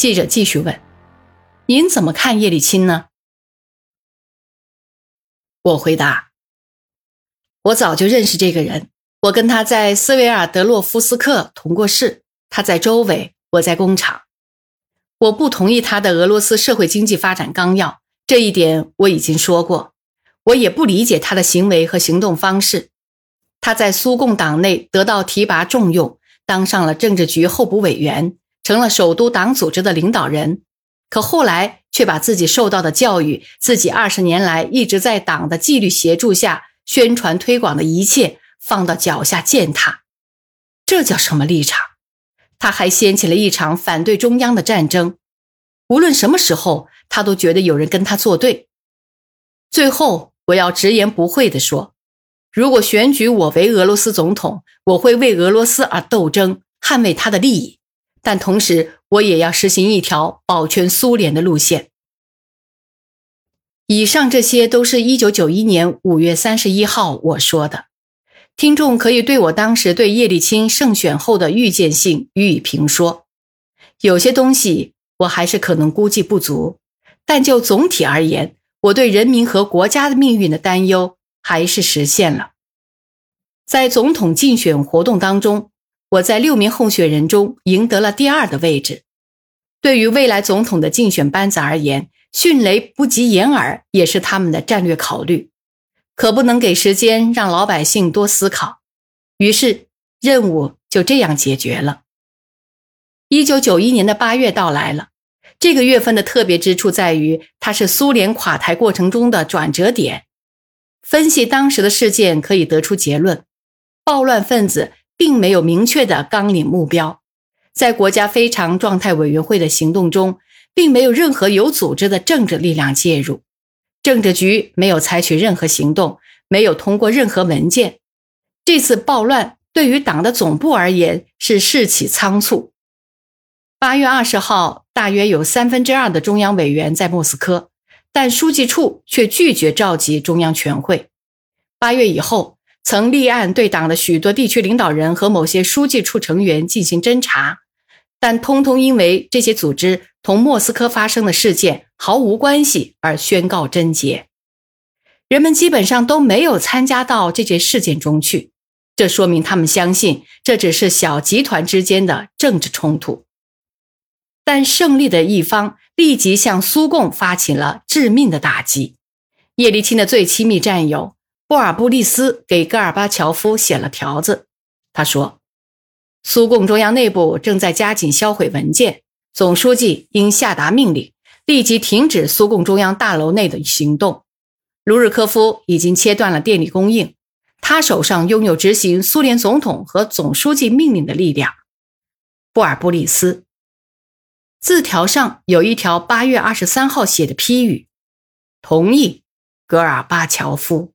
记者继续问：您怎么看叶利钦呢？我回答：我早就认识这个人，我跟他在斯维尔德洛夫斯克同过事，他在州委，我在工厂。我不同意他的俄罗斯社会经济发展纲要，这一点我已经说过。我也不理解他的行为和行动方式。他在苏共党内得到提拔重用，当上了政治局候补委员，成了首都党组织的领导人，可后来却把自己受到的教育，自己20年来一直在党的纪律协助下宣传推广的一切放到脚下践踏。这叫什么立场？他还掀起了一场反对中央的战争，无论什么时候他都觉得有人跟他作对。最后我要直言不讳地说，如果选举我为俄罗斯总统，我会为俄罗斯而斗争，捍卫他的利益，但同时我也要实行一条保全苏联的路线。以上这些都是1991年5月31号我说的，听众可以对我当时对叶利钦胜选后的预见性予以评说。有些东西我还是可能估计不足，但就总体而言，我对人民和国家的命运的担忧还是实现了。在总统竞选活动当中，我在6名候选人中赢得了第2的位置。对于未来总统的竞选班子而言，迅雷不及掩耳也是他们的战略考虑，可不能给时间让老百姓多思考。于是任务就这样解决了。1991年的8月到来了，这个月份的特别之处在于，它是苏联垮台过程中的转折点。分析当时的事件可以得出结论，暴乱分子并没有明确的纲领目标，在国家非常状态委员会的行动中，并没有任何有组织的政治力量介入，政治局没有采取任何行动，没有通过任何文件。这次暴乱对于党的总部而言是事起仓促。8月20号，大约有2/3的中央委员在莫斯科，但书记处却拒绝召集中央全会。8月以后，曾立案对党的许多地区领导人和某些书记处成员进行侦查，但通通因为这些组织同莫斯科发生的事件毫无关系而宣告侦结。人们基本上都没有参加到这些事件中去，这说明他们相信这只是小集团之间的政治冲突。但胜利的一方立即向苏共发起了致命的打击。叶利钦的最亲密战友波尔布利斯给戈尔巴乔夫写了条子，他说，苏共中央内部正在加紧销毁文件，总书记应下达命令，立即停止苏共中央大楼内的行动。卢日科夫已经切断了电力供应，他手上拥有执行苏联总统和总书记命令的力量。波尔布利斯。字条上有一条8月23号写的批语，同意戈尔巴乔夫。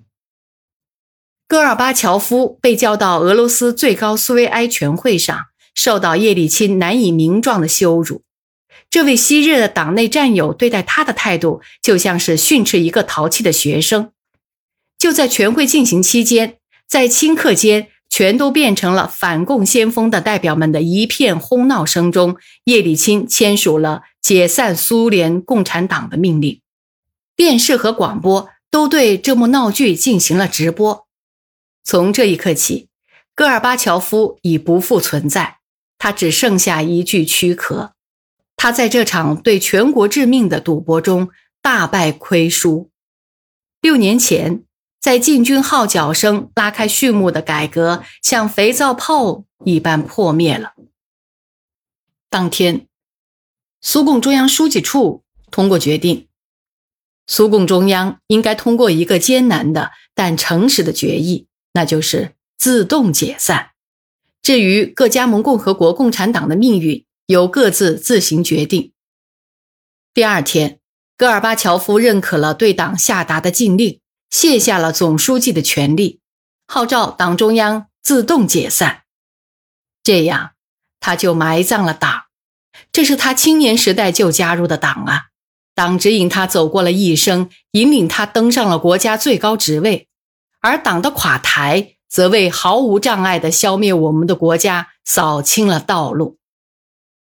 戈尔巴乔夫被叫到俄罗斯最高苏维埃全会上，受到叶利钦难以名状的羞辱。这位昔日的党内战友对待他的态度就像是训斥一个淘气的学生。就在全会进行期间，在顷刻间全都变成了反共先锋的代表们的一片哄闹声中，叶利钦签署了解散苏联共产党的命令。电视和广播都对这幕闹剧进行了直播。从这一刻起，戈尔巴乔夫已不复存在，他只剩下一具躯壳。他在这场对全国致命的赌博中大败亏输。6年前，在禁军号角声拉开序幕的改革像肥皂泡一般破灭了。当天，苏共中央书记处通过决定，苏共中央应该通过一个艰难的但诚实的决议，那就是自动解散。至于各加盟共和国共产党的命运，由各自自行决定。第2天，戈尔巴乔夫认可了对党下达的禁令，卸下了总书记的权力，号召党中央自动解散。这样，他就埋葬了党。这是他青年时代就加入的党啊，党指引他走过了一生，引领他登上了国家最高职位，而党的垮台则为毫无障碍地消灭我们的国家扫清了道路。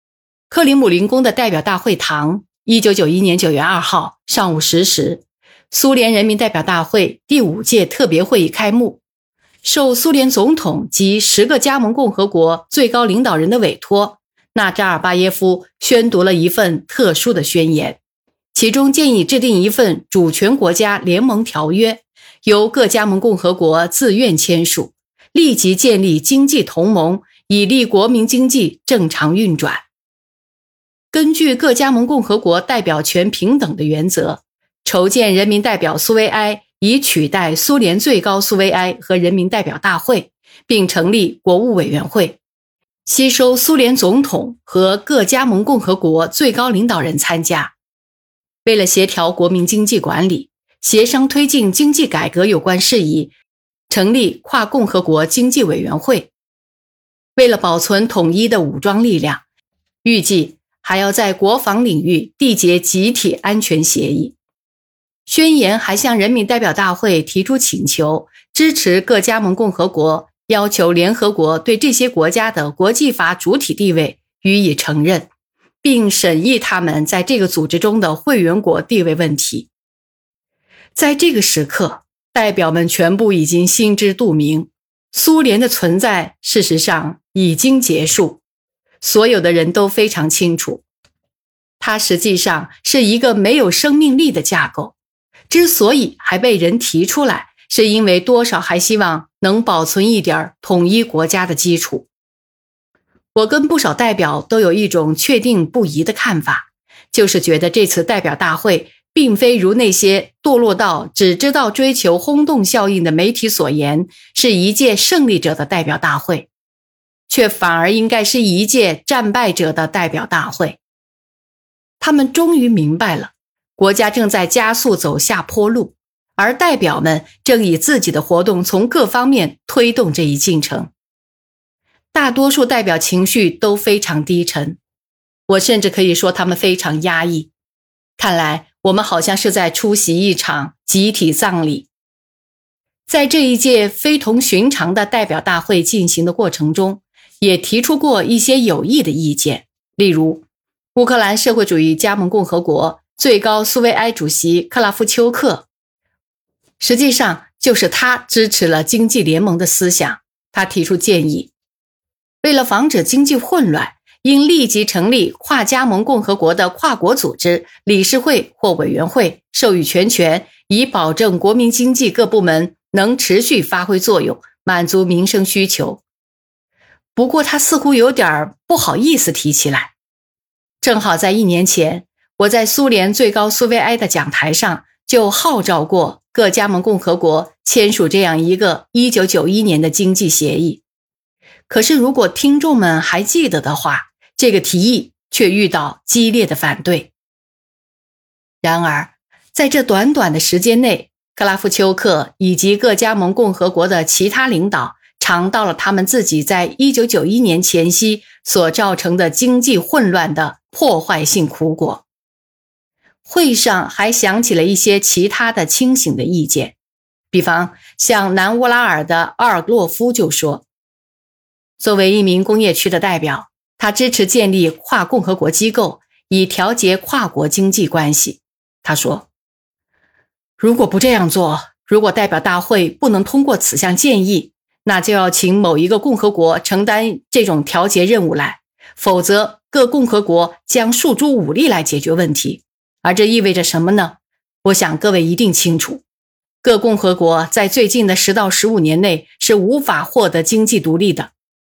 克里姆林宫的代表大会堂，1991年9月2号上午10时，苏联人民代表大会第5届特别会议开幕。受苏联总统及10个加盟共和国最高领导人的委托，纳扎尔巴耶夫宣读了一份特殊的宣言，其中建议制定一份主权国家联盟条约，由各加盟共和国自愿签署，立即建立经济同盟，以利国民经济正常运转。根据各加盟共和国代表权平等的原则，筹建人民代表苏维埃，以取代苏联最高苏维埃和人民代表大会，并成立国务委员会，吸收苏联总统和各加盟共和国最高领导人参加。为了协调国民经济管理，协商推进经济改革有关事宜，成立跨共和国经济委员会。为了保存统一的武装力量，预计还要在国防领域缔结集体安全协议。宣言还向人民代表大会提出请求，支持各加盟共和国，要求联合国对这些国家的国际法主体地位予以承认，并审议他们在这个组织中的会员国地位问题。在这个时刻，代表们全部已经心知肚明，苏联的存在事实上已经结束。所有的人都非常清楚，它实际上是一个没有生命力的架构。之所以还被人提出来，是因为多少还希望能保存一点统一国家的基础。我跟不少代表都有一种确定不疑的看法，就是觉得这次代表大会并非如那些堕落到只知道追求轰动效应的媒体所言，是一届胜利者的代表大会，却反而应该是一届战败者的代表大会。他们终于明白了，国家正在加速走下坡路，而代表们正以自己的活动从各方面推动这一进程。大多数代表情绪都非常低沉，我甚至可以说他们非常压抑。看来我们好像是在出席一场集体葬礼。在这一届非同寻常的代表大会进行的过程中，也提出过一些有益的意见，例如乌克兰社会主义加盟共和国最高苏维埃主席克拉夫丘克，实际上就是他支持了经济联盟的思想。他提出建议，为了防止经济混乱，应立即成立跨加盟共和国的跨国组织、理事会或委员会，授予全权，以保证国民经济各部门能持续发挥作用，满足民生需求。不过他似乎有点不好意思提起来。正好在1年前，我在苏联最高苏维埃的讲台上就号召过各加盟共和国签署这样一个1991年的经济协议。可是如果听众们还记得的话，这个提议却遇到激烈的反对。然而，在这短短的时间内，克拉夫丘克以及各加盟共和国的其他领导尝到了他们自己在1991年前夕所造成的经济混乱的破坏性苦果。会上还响起了一些其他的清醒的意见，比方像南乌拉尔的阿尔洛夫就说，作为一名工业区的代表，他支持建立跨共和国机构，以调节跨国经济关系。他说，如果不这样做，如果代表大会不能通过此项建议，那就要请某一个共和国承担这种调节任务来，否则各共和国将诉诸武力来解决问题。而这意味着什么呢？我想各位一定清楚，各共和国在最近的10到15年内是无法获得经济独立的。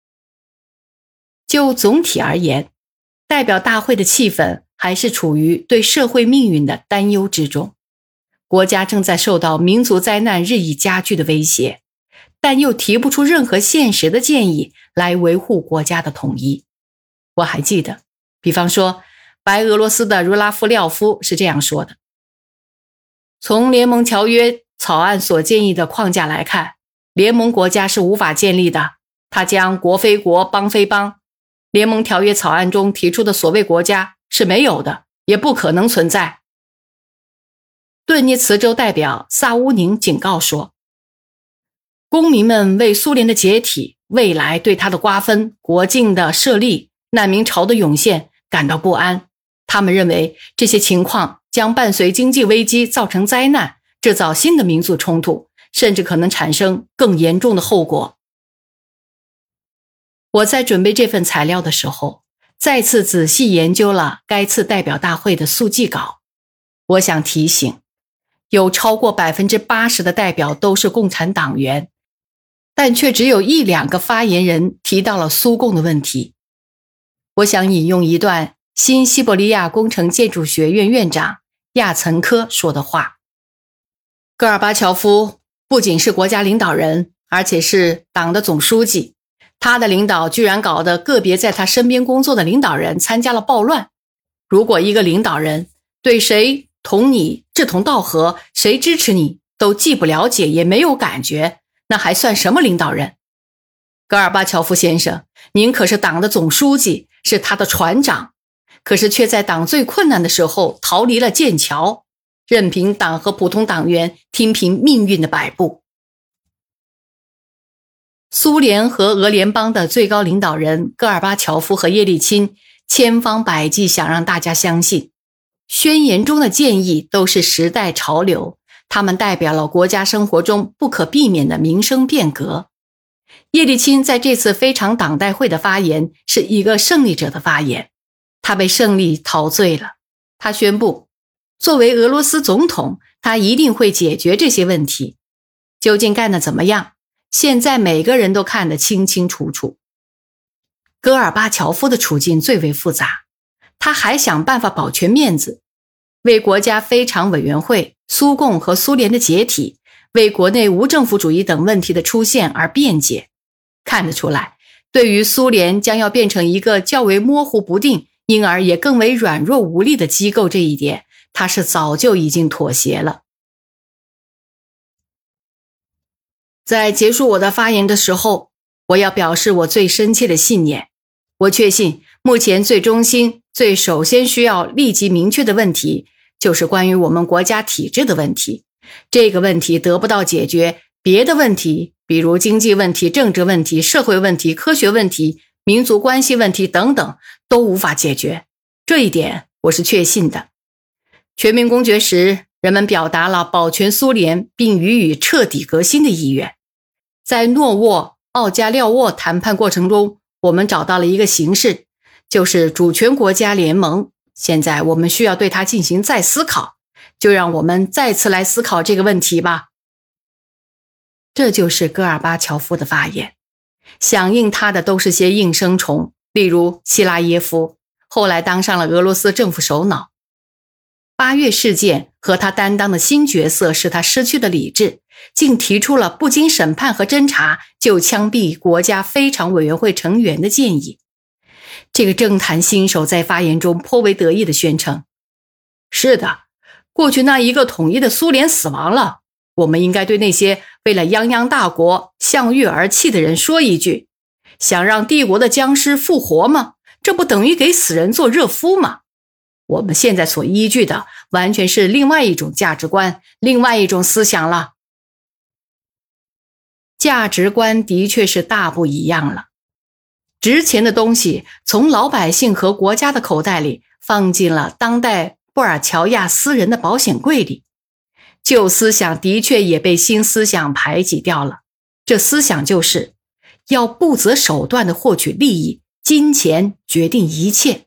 就总体而言，代表大会的气氛还是处于对社会命运的担忧之中。国家正在受到民族灾难日益加剧的威胁，但又提不出任何现实的建议来维护国家的统一。我还记得，比方说白俄罗斯的茹拉夫廖夫是这样说的，从联盟条约草案所建议的框架来看，联盟国家是无法建立的，它将国非国，邦非邦。联盟条约草案中提出的所谓国家是没有的，也不可能存在。顿涅茨州代表萨乌宁警告说，公民们为苏联的解体、未来对它的瓜分、国境的设立、难民潮的涌现感到不安。他们认为这些情况将伴随经济危机造成灾难，制造新的民族冲突，甚至可能产生更严重的后果。我在准备这份材料的时候，再次仔细研究了该次代表大会的速记稿。我想提醒，有超过 80% 的代表都是共产党员，但却只有1-2个发言人提到了苏共的问题。我想引用一段新西伯利亚工程建筑学院院长亚岑科说的话：戈尔巴乔夫不仅是国家领导人，而且是党的总书记，他的领导居然搞得个别在他身边工作的领导人参加了暴乱。如果一个领导人对谁同你志同道合，谁支持你都既不了解也没有感觉，那还算什么领导人？戈尔巴乔夫先生，您可是党的总书记，是他的船长，可是却在党最困难的时候逃离了剑桥，任凭党和普通党员听凭命运的摆布。苏联和俄联邦的最高领导人戈尔巴乔夫和叶利钦千方百计想让大家相信，宣言中的建议都是时代潮流，他们代表了国家生活中不可避免的民生变革。叶利钦在这次非常党代会的发言是一个胜利者的发言，他被胜利陶醉了。他宣布，作为俄罗斯总统，他一定会解决这些问题。究竟干得怎么样？现在每个人都看得清清楚楚。戈尔巴乔夫的处境最为复杂，他还想办法保全面子，为国家非常委员会、苏共和苏联的解体，为国内无政府主义等问题的出现而辩解。看得出来，对于苏联将要变成一个较为模糊不定，因而也更为软弱无力的机构这一点，他是早就已经妥协了。在结束我的发言的时候，我要表示我最深切的信念。我确信，目前最中心、最首先需要立即明确的问题，就是关于我们国家体制的问题。这个问题得不到解决，别的问题，比如经济问题、政治问题、社会问题、科学问题、民族关系问题等等，都无法解决。这一点我是确信的。全民公决时，人们表达了保全苏联并予以彻底革新的意愿。在诺沃、奥加廖沃谈判过程中，我们找到了一个形式，就是主权国家联盟。现在我们需要对它进行再思考，就让我们再次来思考这个问题吧。这就是戈尔巴乔夫的发言，响应他的都是些应声虫，例如希拉耶夫，后来当上了俄罗斯政府首脑。8月事件和他担当的新角色使他失去了理智，竟提出了不经审判和侦查就枪毙国家非常委员会成员的建议。这个政坛新手在发言中颇为得意地宣称，是的，过去那一个统一的苏联死亡了，我们应该对那些为了泱泱大国向欲而泣的人说一句，想让帝国的僵尸复活吗？这不等于给死人做热敷吗？我们现在所依据的完全是另外一种价值观，另外一种思想了。价值观的确是大不一样了。值钱的东西从老百姓和国家的口袋里放进了当代布尔乔亚私人的保险柜里，旧思想的确也被新思想排挤掉了。这思想就是要不择手段地获取利益，金钱决定一切。